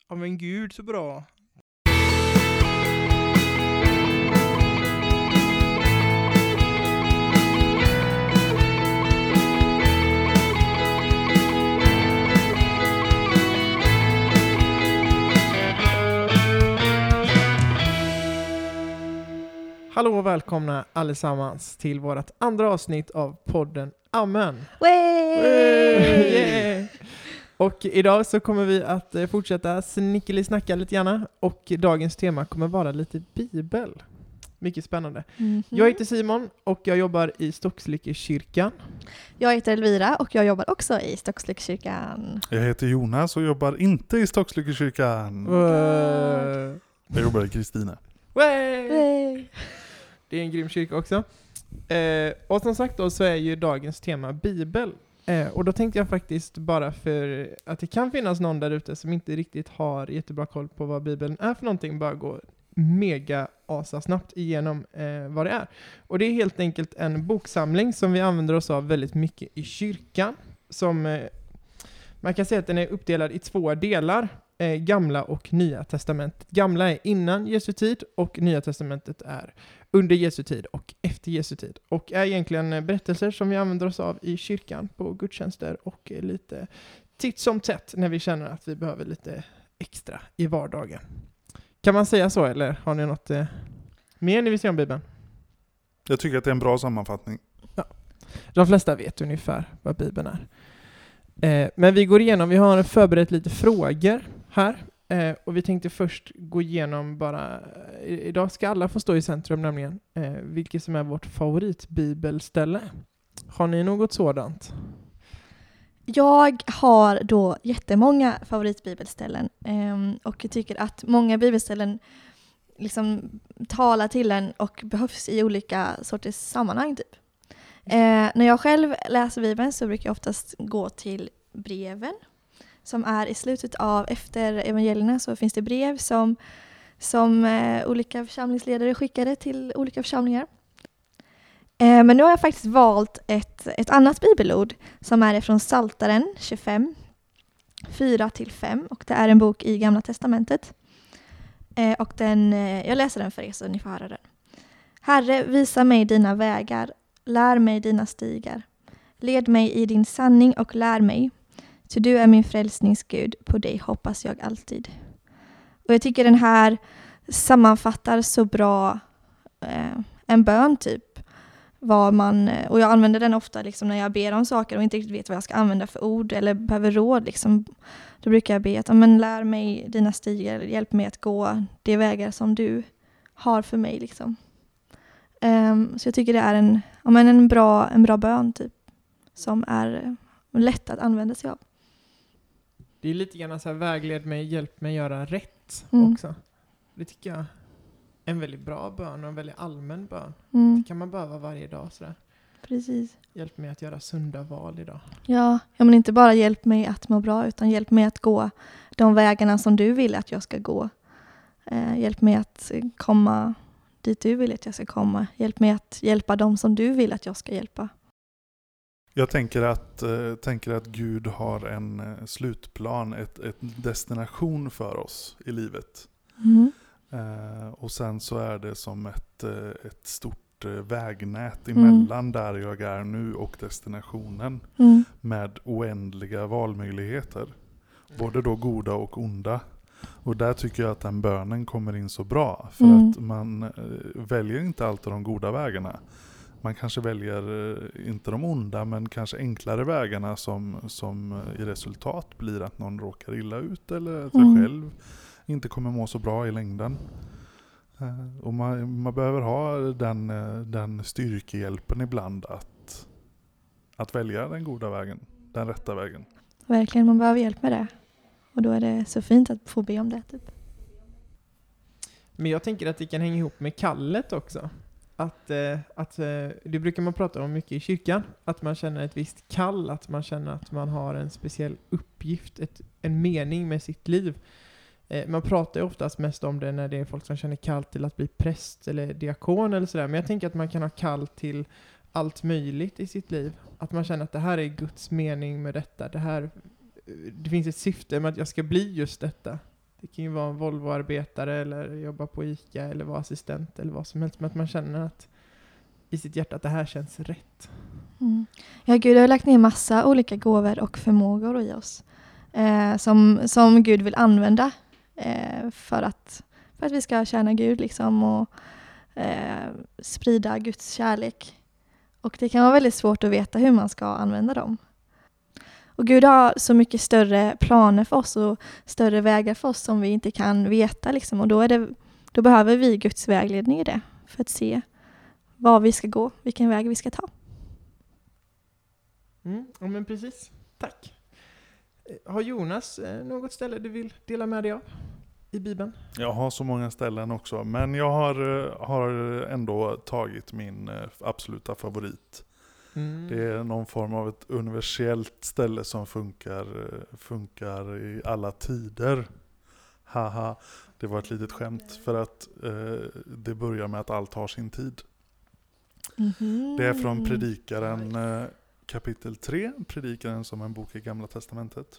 Ja men gud så bra. Hallå och välkomna allesammans till vårt andra avsnitt av podden Amen. Yeah. Och idag så kommer vi att fortsätta snacka lite grann. Och dagens tema kommer vara lite bibel. Mycket spännande. Mm-hmm. Jag heter Simon och jag jobbar i Stockslyckekyrkan. Jag heter Elvira och jag jobbar också i Stockslyckekyrkan. Jag heter Jonas och jobbar inte i Stockslyckekyrkan. Jag jobbar i Kristina. Det är en grym kyrka också. Och som sagt då så är ju dagens tema Bibel. Och då tänkte jag faktiskt bara för att det kan finnas någon där ute som inte riktigt har jättebra koll på vad Bibeln är för någonting, bara gå mega snabbt igenom vad det är. Och det är helt enkelt en boksamling som vi använder oss av väldigt mycket i kyrkan. Som man kan säga att den är uppdelad i två delar. Gamla och Nya testamentet. Gamla är innan Jesu tid och Nya testamentet är under Jesu tid och efter Jesu tid. Och är egentligen berättelser som vi använder oss av i kyrkan på gudstjänster och lite titt som tätt när vi känner att vi behöver lite extra i vardagen. Kan man säga så, eller har ni något mer ni vill säga om Bibeln? Jag tycker att det är en bra sammanfattning. Ja. De flesta vet ungefär vad Bibeln är. Men vi går igenom, vi har förberett lite frågor här. Och vi tänkte först gå igenom bara, idag ska alla få stå i centrum nämligen, vilket som är vårt favoritbibelställe. Har ni något sådant? Jag har då jättemånga favoritbibelställen och jag tycker att många bibelställen liksom talar till en och behövs i olika sorters sammanhang typ. När jag själv läser Bibeln så brukar jag oftast gå till breven som är i slutet av, efter evangelierna så finns det brev som olika församlingsledare skickade till olika församlingar. Men nu har jag faktiskt valt ett annat bibelord som är från Psaltaren 25, 4-5 och det är en bok i Gamla testamentet. Och jag läser den för er så ni får höra den. Herre, visa mig dina vägar. Lär mig dina stigar. Led mig i din sanning och lär mig. Så du är min frälsningsgud. På dig hoppas jag alltid. Och jag tycker den här sammanfattar så bra en bön typ. Och jag använder den ofta liksom, när jag ber om saker och inte riktigt vet vad jag ska använda för ord eller behöver råd. Liksom. Då brukar jag be att lär mig dina stigar. Hjälp mig att gå de vägar som du har för mig. Liksom. Så jag tycker det är en bra bön typ, som är lätt att använda sig av. Det är lite grann så här, vägled mig, hjälp mig göra rätt också. Det tycker jag är en väldigt bra bön och en väldigt allmän bön. Det kan man behöva varje dag sådär. Precis. Hjälp mig att göra sunda val idag. Ja, men inte bara hjälp mig att må bra utan hjälp mig att gå de vägarna som du vill att jag ska gå. Hjälp mig att komma dit du vill att jag ska komma. Hjälp mig att hjälpa dem som du vill att jag ska hjälpa. Jag tänker att Gud har en slutplan, ett destination för oss i livet. Och sen så är det som ett stort vägnät emellan där jag är nu och destinationen. Med oändliga valmöjligheter. Både då goda och onda. Och där tycker jag att den bönen kommer in så bra. För att man väljer inte alltid de goda vägarna. Man kanske väljer inte de onda men kanske enklare vägarna som i resultat blir att någon råkar illa ut eller att sig själv inte kommer må så bra i längden. Och man behöver ha den styrkehjälpen ibland att välja den goda vägen, den rätta vägen. Verkligen, man behöver hjälp med det. Och då är det så fint att få be om det typ. Men jag tänker att det kan hänga ihop med kallet också. Att det brukar man prata om mycket i kyrkan. Att man känner ett visst kall. Att man känner att man har en speciell uppgift. En mening med sitt liv. Man pratar ju oftast mest om det när det är folk som känner kall till att bli präst eller diakon eller sådär. Men jag tänker att man kan ha kall till allt möjligt i sitt liv. Att man känner att det här är Guds mening med detta. Det finns ett syfte med att jag ska bli just detta. Det kan ju vara en Volvo-arbetare eller jobba på ICA eller vara assistent eller vad som helst. Men att man känner att i sitt hjärta att det här känns rätt. Mm. Ja, Gud har lagt ner massa olika gåvor och förmågor i oss. Som Gud vill använda för att vi ska tjäna Gud liksom, och sprida Guds kärlek. Och det kan vara väldigt svårt att veta hur man ska använda dem. Och Gud har så mycket större planer för oss och större vägar för oss som vi inte kan veta. Liksom. Och då behöver vi Guds vägledning i det för att se var vi ska gå, vilken väg vi ska ta. Ja, men precis. Tack. Har Jonas något ställe du vill dela med dig av i Bibeln? Jag har så många ställen också, men jag har ändå tagit min absoluta favorit. Det är någon form av ett universellt ställe som funkar i alla tider. Haha, det var ett litet skämt för att det börjar med att allt har sin tid. Det är från Predikaren kapitel 3, Predikaren som en bok i Gamla testamentet.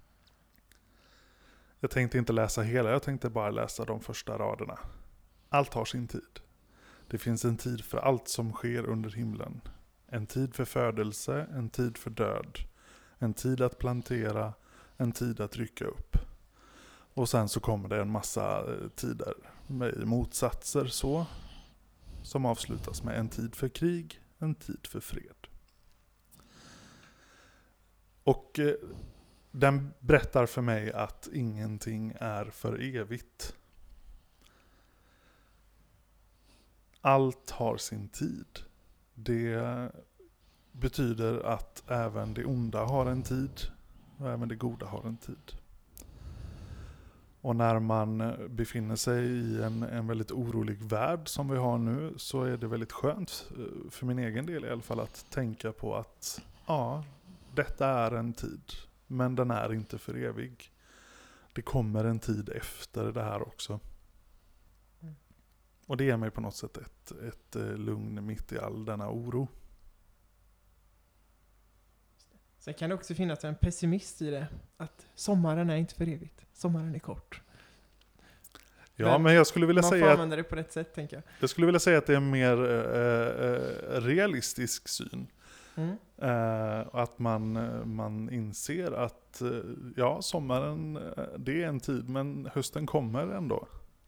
Jag tänkte inte läsa hela, jag tänkte bara läsa de första raderna. Allt har sin tid. Det finns en tid för allt som sker under himlen. En tid för födelse, en tid för död. En tid att plantera, en tid att rycka upp. Och sen så kommer det en massa tider med motsatser så. Som avslutas med en tid för krig, en tid för fred. Och den berättar för mig att ingenting är för evigt. Allt har sin tid. Det betyder att även det onda har en tid och även det goda har en tid. Och när man befinner sig i en väldigt orolig värld som vi har nu, så är det väldigt skönt, för min egen del i alla fall, att tänka på att ja, detta är en tid, men den är inte för evig. Det kommer en tid efter det här också. Och det ger mig på något sätt ett lugn mitt i all denna oro. Sen kan det också finnas en pessimist i det. Att sommaren är inte för evigt. Sommaren är kort. Ja, men jag skulle vilja man säga får att använda det på rätt sätt, tänker jag. jag skulle vilja säga att det är en mer realistisk syn. Att man inser att ja, sommaren det är en tid, men hösten kommer ändå.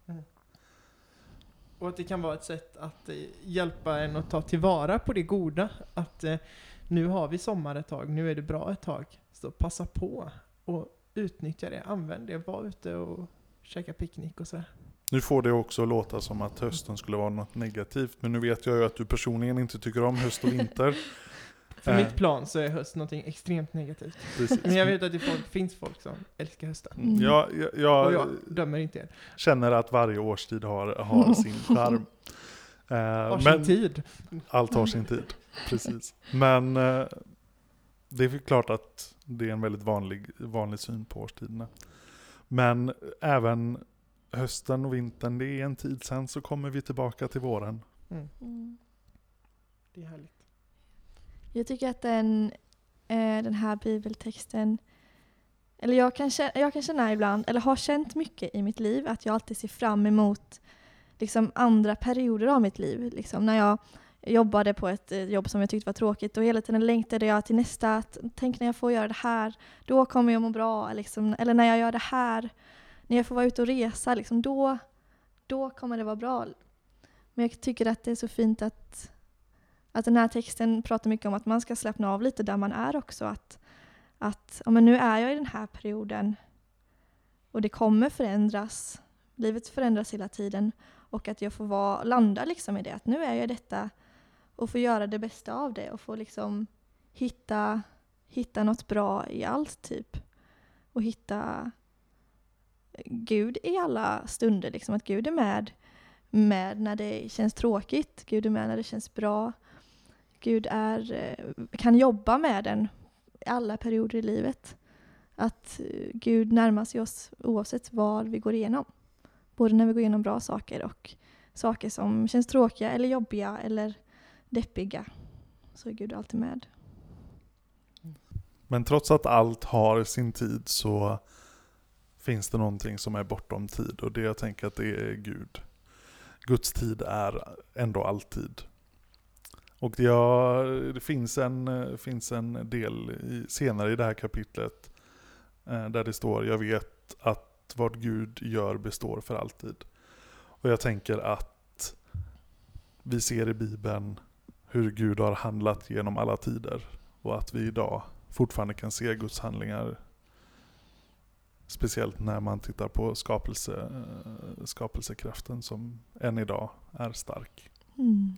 Och att det kan vara ett sätt att hjälpa en att ta tillvara på det goda. Att nu har vi sommar ett tag, nu är det bra ett tag. Så passa på och utnyttja det, använd det, var ute och käka picknick och sådär. Nu får det också låta som att hösten skulle vara något negativt, men nu vet jag ju att du personligen inte tycker om höst och vinter. För mitt plan så är höst någonting extremt negativt. Precis. Men jag vet att det finns folk som älskar hösten. Jag Och jag dömer inte er. känner att varje årstid har sin charm. Sin tid. Allt har sin tid, precis. Men det är klart att det är en väldigt vanlig syn på årstiderna. Men även hösten och vintern, det är en tid sen så kommer vi tillbaka till våren. Det är härligt. Jag tycker att den här bibeltexten, eller jag kan känna ibland, eller har känt mycket i mitt liv, att jag alltid ser fram emot liksom andra perioder av mitt liv. Liksom när jag jobbade på ett jobb som jag tyckte var tråkigt och hela tiden längtade jag till nästa, att tänk när jag får göra det här, då kommer jag må bra. Liksom. Eller när jag gör det här, när jag får vara ute och resa, liksom, då kommer det vara bra. Men jag tycker att det är så fint att den här texten pratar mycket om att man ska slappna av lite där man är också. Att ja, men nu är jag i den här perioden och det kommer förändras. Livet förändras hela tiden. Och att jag får landa liksom i det. Att nu är jag detta och få göra det bästa av det. Och få liksom hitta något bra i allt typ. Och hitta Gud i alla stunder. Liksom. Att Gud är med när det känns tråkigt. Gud är med när det känns bra. Gud kan jobba med den i alla perioder i livet. Att Gud närmar sig oss oavsett vad vi går igenom. Både när vi går igenom bra saker och saker som känns tråkiga eller jobbiga eller deppiga. Så är Gud alltid med. Men trots att allt har sin tid så finns det någonting som är bortom tid, och det jag tänker att det är Gud. Guds tid är ändå alltid. Och det finns en del senare i det här kapitlet där det står: jag vet att vad Gud gör består för alltid. Och jag tänker att vi ser i Bibeln hur Gud har handlat genom alla tider, och att vi idag fortfarande kan se Guds handlingar, speciellt när man tittar på skapelsekraften som än idag är stark. Mm.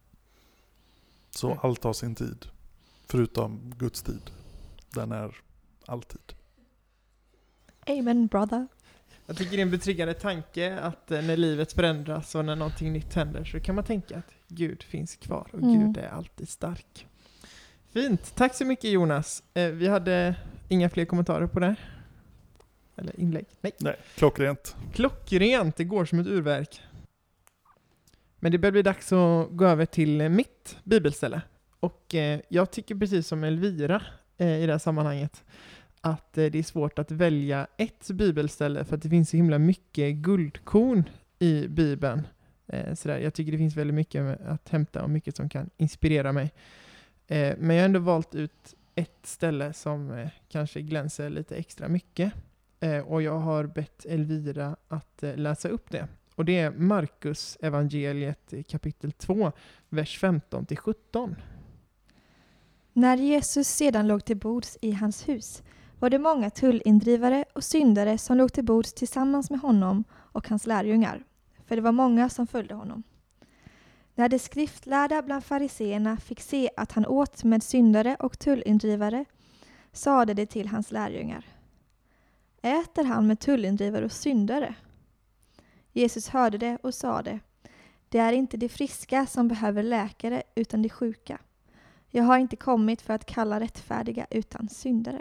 Så allt har sin tid, förutom Guds tid. Den är alltid. Amen, brother. Jag tycker det är en betryggande tanke att när livet förändras och när någonting nytt händer så kan man tänka att Gud finns kvar och Gud är alltid stark. Fint, tack så mycket Jonas. Vi hade inga fler kommentarer på det. Eller inlägg. Nej, klockrent. Klockrent, det går som ett urverk. Men det börjar bli dags att gå över till mitt bibelställe. Och jag tycker precis som Elvira i det här sammanhanget att det är svårt att välja ett bibelställe för att det finns så himla mycket guldkorn i Bibeln. Sådär. Jag tycker det finns väldigt mycket att hämta och mycket som kan inspirera mig. Men jag har ändå valt ut ett ställe som kanske glänser lite extra mycket. Och jag har bett Elvira att läsa upp det. Och det är Markus evangeliet kapitel 2, vers 15-17. När Jesus sedan låg till bords i hans hus var det många tullindrivare och syndare som låg till bords tillsammans med honom och hans lärjungar, för det var många som följde honom. När de skriftlärda bland fariseerna fick se att han åt med syndare och tullindrivare, sade det till hans lärjungar: äter han med tullindrivare och syndare? Jesus hörde det och sade: det är inte de friska som behöver läkare utan de sjuka. Jag har inte kommit för att kalla rättfärdiga utan syndare.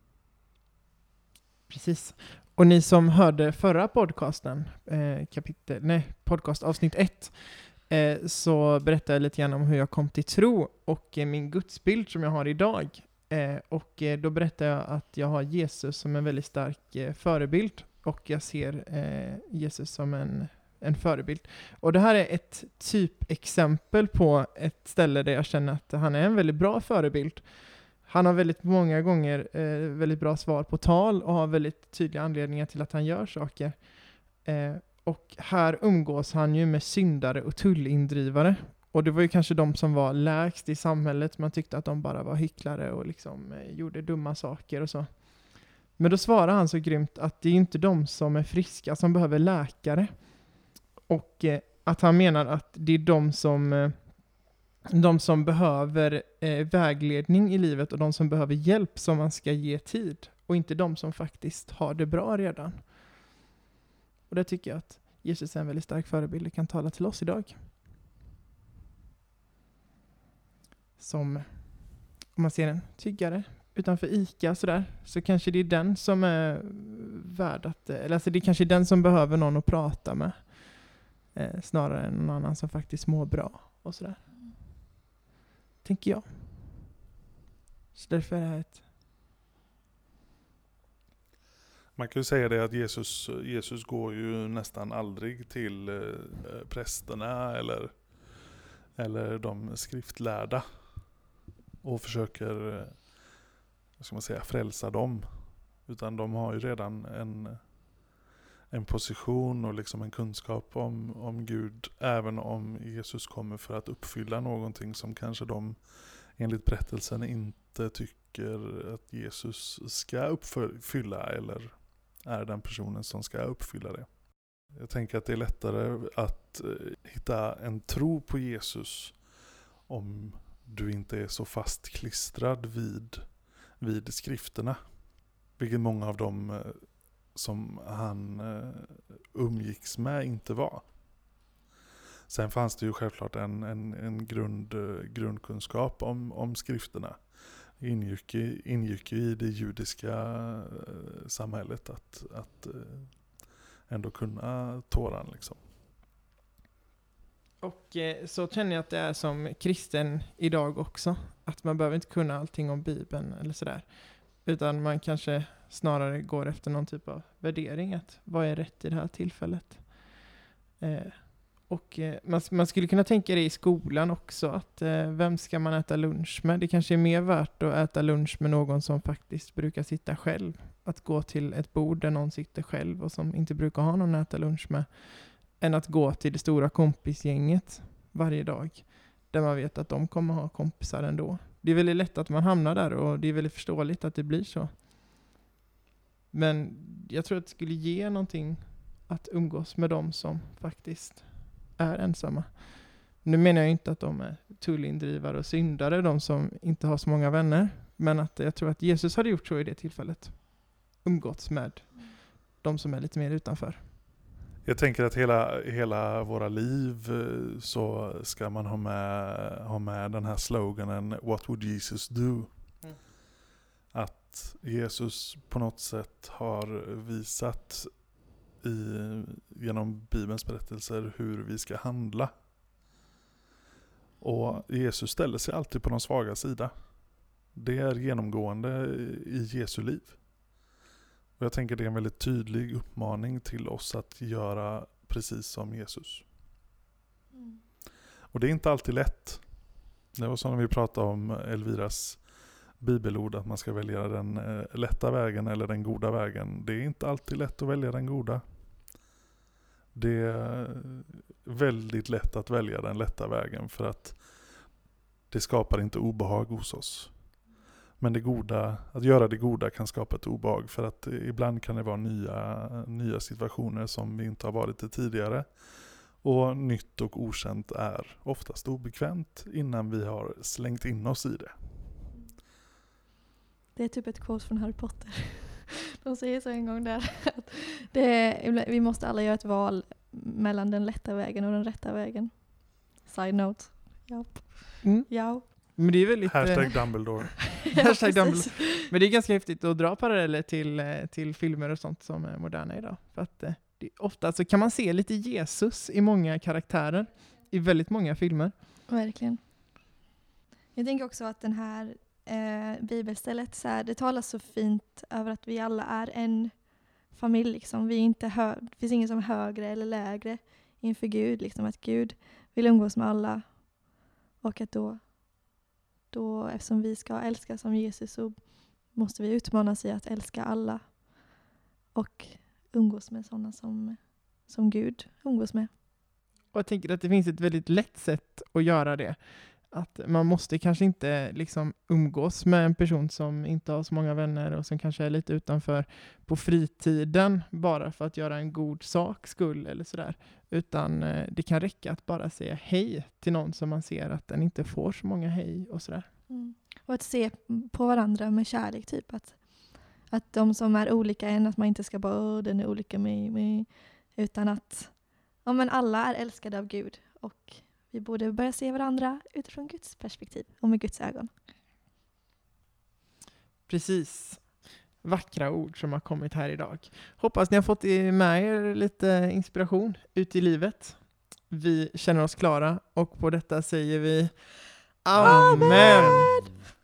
Precis. Och ni som hörde förra podcasten, podcast avsnitt 1, så berättade jag lite grann om hur jag kom till tro och min gudsbild som jag har idag. Och då berättade jag att jag har Jesus som en väldigt stark förebild, och jag ser Jesus som en förebild. Och det här är ett typexempel på ett ställe där jag känner att han är en väldigt bra förebild. Han har väldigt många gånger väldigt bra svar på tal och har väldigt tydliga anledningar till att han gör saker. Och här umgås han ju med syndare och tullindrivare. Och det var ju kanske de som var lägst i samhället. Man tyckte att de bara var hycklare och liksom gjorde dumma saker och så. Men då svarar han så grymt att det är inte de som är friska som behöver läkare. Och att han menar att det är de som behöver vägledning i livet och de som behöver hjälp som man ska ge tid. Och inte de som faktiskt har det bra redan. Och det tycker jag att Jesus är en väldigt stark förebild och kan tala till oss idag. Som, om man ser en tyggare utanför ICA sådär, så kanske det är den som är värd att, eller alltså det är kanske den som behöver någon att prata med. Snarare än någon annan som faktiskt mår bra och sådär. Tänker jag. Så därför är det här Man kan ju säga det att Jesus går ju nästan aldrig till prästerna eller de skriftlärda och försöker frälsa dem. Utan de har ju redan en position och liksom en kunskap om Gud, även om Jesus kommer för att uppfylla någonting som kanske de enligt berättelsen inte tycker att Jesus ska uppfylla eller är den personen som ska uppfylla det. Jag tänker att det är lättare att hitta en tro på Jesus om du inte är så fast klistrad vid skrifterna. Vilket många av dem som han umgicks med inte var. Sen fanns det ju självklart en grundkunskap om skrifterna. Det ingick i det judiska samhället att ändå kunna Toran liksom. Och så känner jag att det är som kristen idag också. Att man behöver inte kunna allting om Bibeln eller sådär. Utan man kanske snarare går efter någon typ av värdering. Att vad är rätt i det här tillfället? Man skulle kunna tänka det i skolan också. Att vem ska man äta lunch med? Det kanske är mer värt att äta lunch med någon som faktiskt brukar sitta själv. Att gå till ett bord där någon sitter själv och som inte brukar ha någon att äta lunch med. Än att gå till det stora kompisgänget varje dag. Där man vet att de kommer ha kompisar ändå. Det är väldigt lätt att man hamnar där och det är väldigt förståeligt att det blir så. Men jag tror att det skulle ge någonting att umgås med dem som faktiskt är ensamma. Nu menar jag inte att de är tullindrivare och syndare, de som inte har så många vänner. Men att jag tror att Jesus hade gjort så i det tillfället. Umgåtts med de som är lite mer utanför. Jag tänker att hela våra liv så ska man ha med den här sloganen What would Jesus do? Mm. Att Jesus på något sätt har visat genom Bibelns berättelser hur vi ska handla. Och Jesus ställer sig alltid på de svaga sida. Det är genomgående i Jesu liv. Och jag tänker det är en väldigt tydlig uppmaning till oss att göra precis som Jesus. Mm. Och det är inte alltid lätt. Det var som vi pratade om Elviras bibelord, att man ska välja den lätta vägen eller den goda vägen. Det är inte alltid lätt att välja den goda. Det är väldigt lätt att välja den lätta vägen för att det skapar inte obehag hos oss. Men att göra det goda kan skapa ett obehag för att ibland kan det vara nya situationer som vi inte har varit i tidigare. Och nytt och okänt är oftast obekvämt innan vi har slängt in oss i det. Det är typ ett quote från Harry Potter. De säger så en gång där att vi måste alla göra ett val mellan den lätta vägen och den rätta vägen. Side note. Ja. Mm. Ja. Men det är väldigt, Hashtag Dumbledore. Hashtag Dumbledore. Men det är ganska häftigt att dra paralleller till filmer och sånt som är moderna idag. För att ofta så kan man se lite Jesus i många karaktärer. I väldigt många filmer. Verkligen. Jag tänker också att den här bibelstället så här, det talas så fint över att vi alla är en familj liksom. Vi är inte det finns ingen som är högre eller lägre inför Gud liksom, att Gud vill umgås med alla och att då eftersom vi ska älska som Jesus så måste vi utmanas i att älska alla och umgås med sådana som Gud umgås med. Och jag tänker att det finns ett väldigt lätt sätt att göra det. Att man måste kanske inte liksom umgås med en person som inte har så många vänner och som kanske är lite utanför på fritiden bara för att göra en god sak skull eller sådär. Utan det kan räcka att bara säga hej till någon som man ser att den inte får så många hej och sådär. Mm. Och att se på varandra med kärlek typ. Att de som är olika än att man inte ska bara den är olika med utan att men alla är älskade av Gud och vi borde börja se varandra utifrån Guds perspektiv och med Guds ögon. Precis. Vackra ord som har kommit här idag. Hoppas ni har fått med er lite inspiration ut i livet. Vi känner oss klara och på detta säger vi Amen!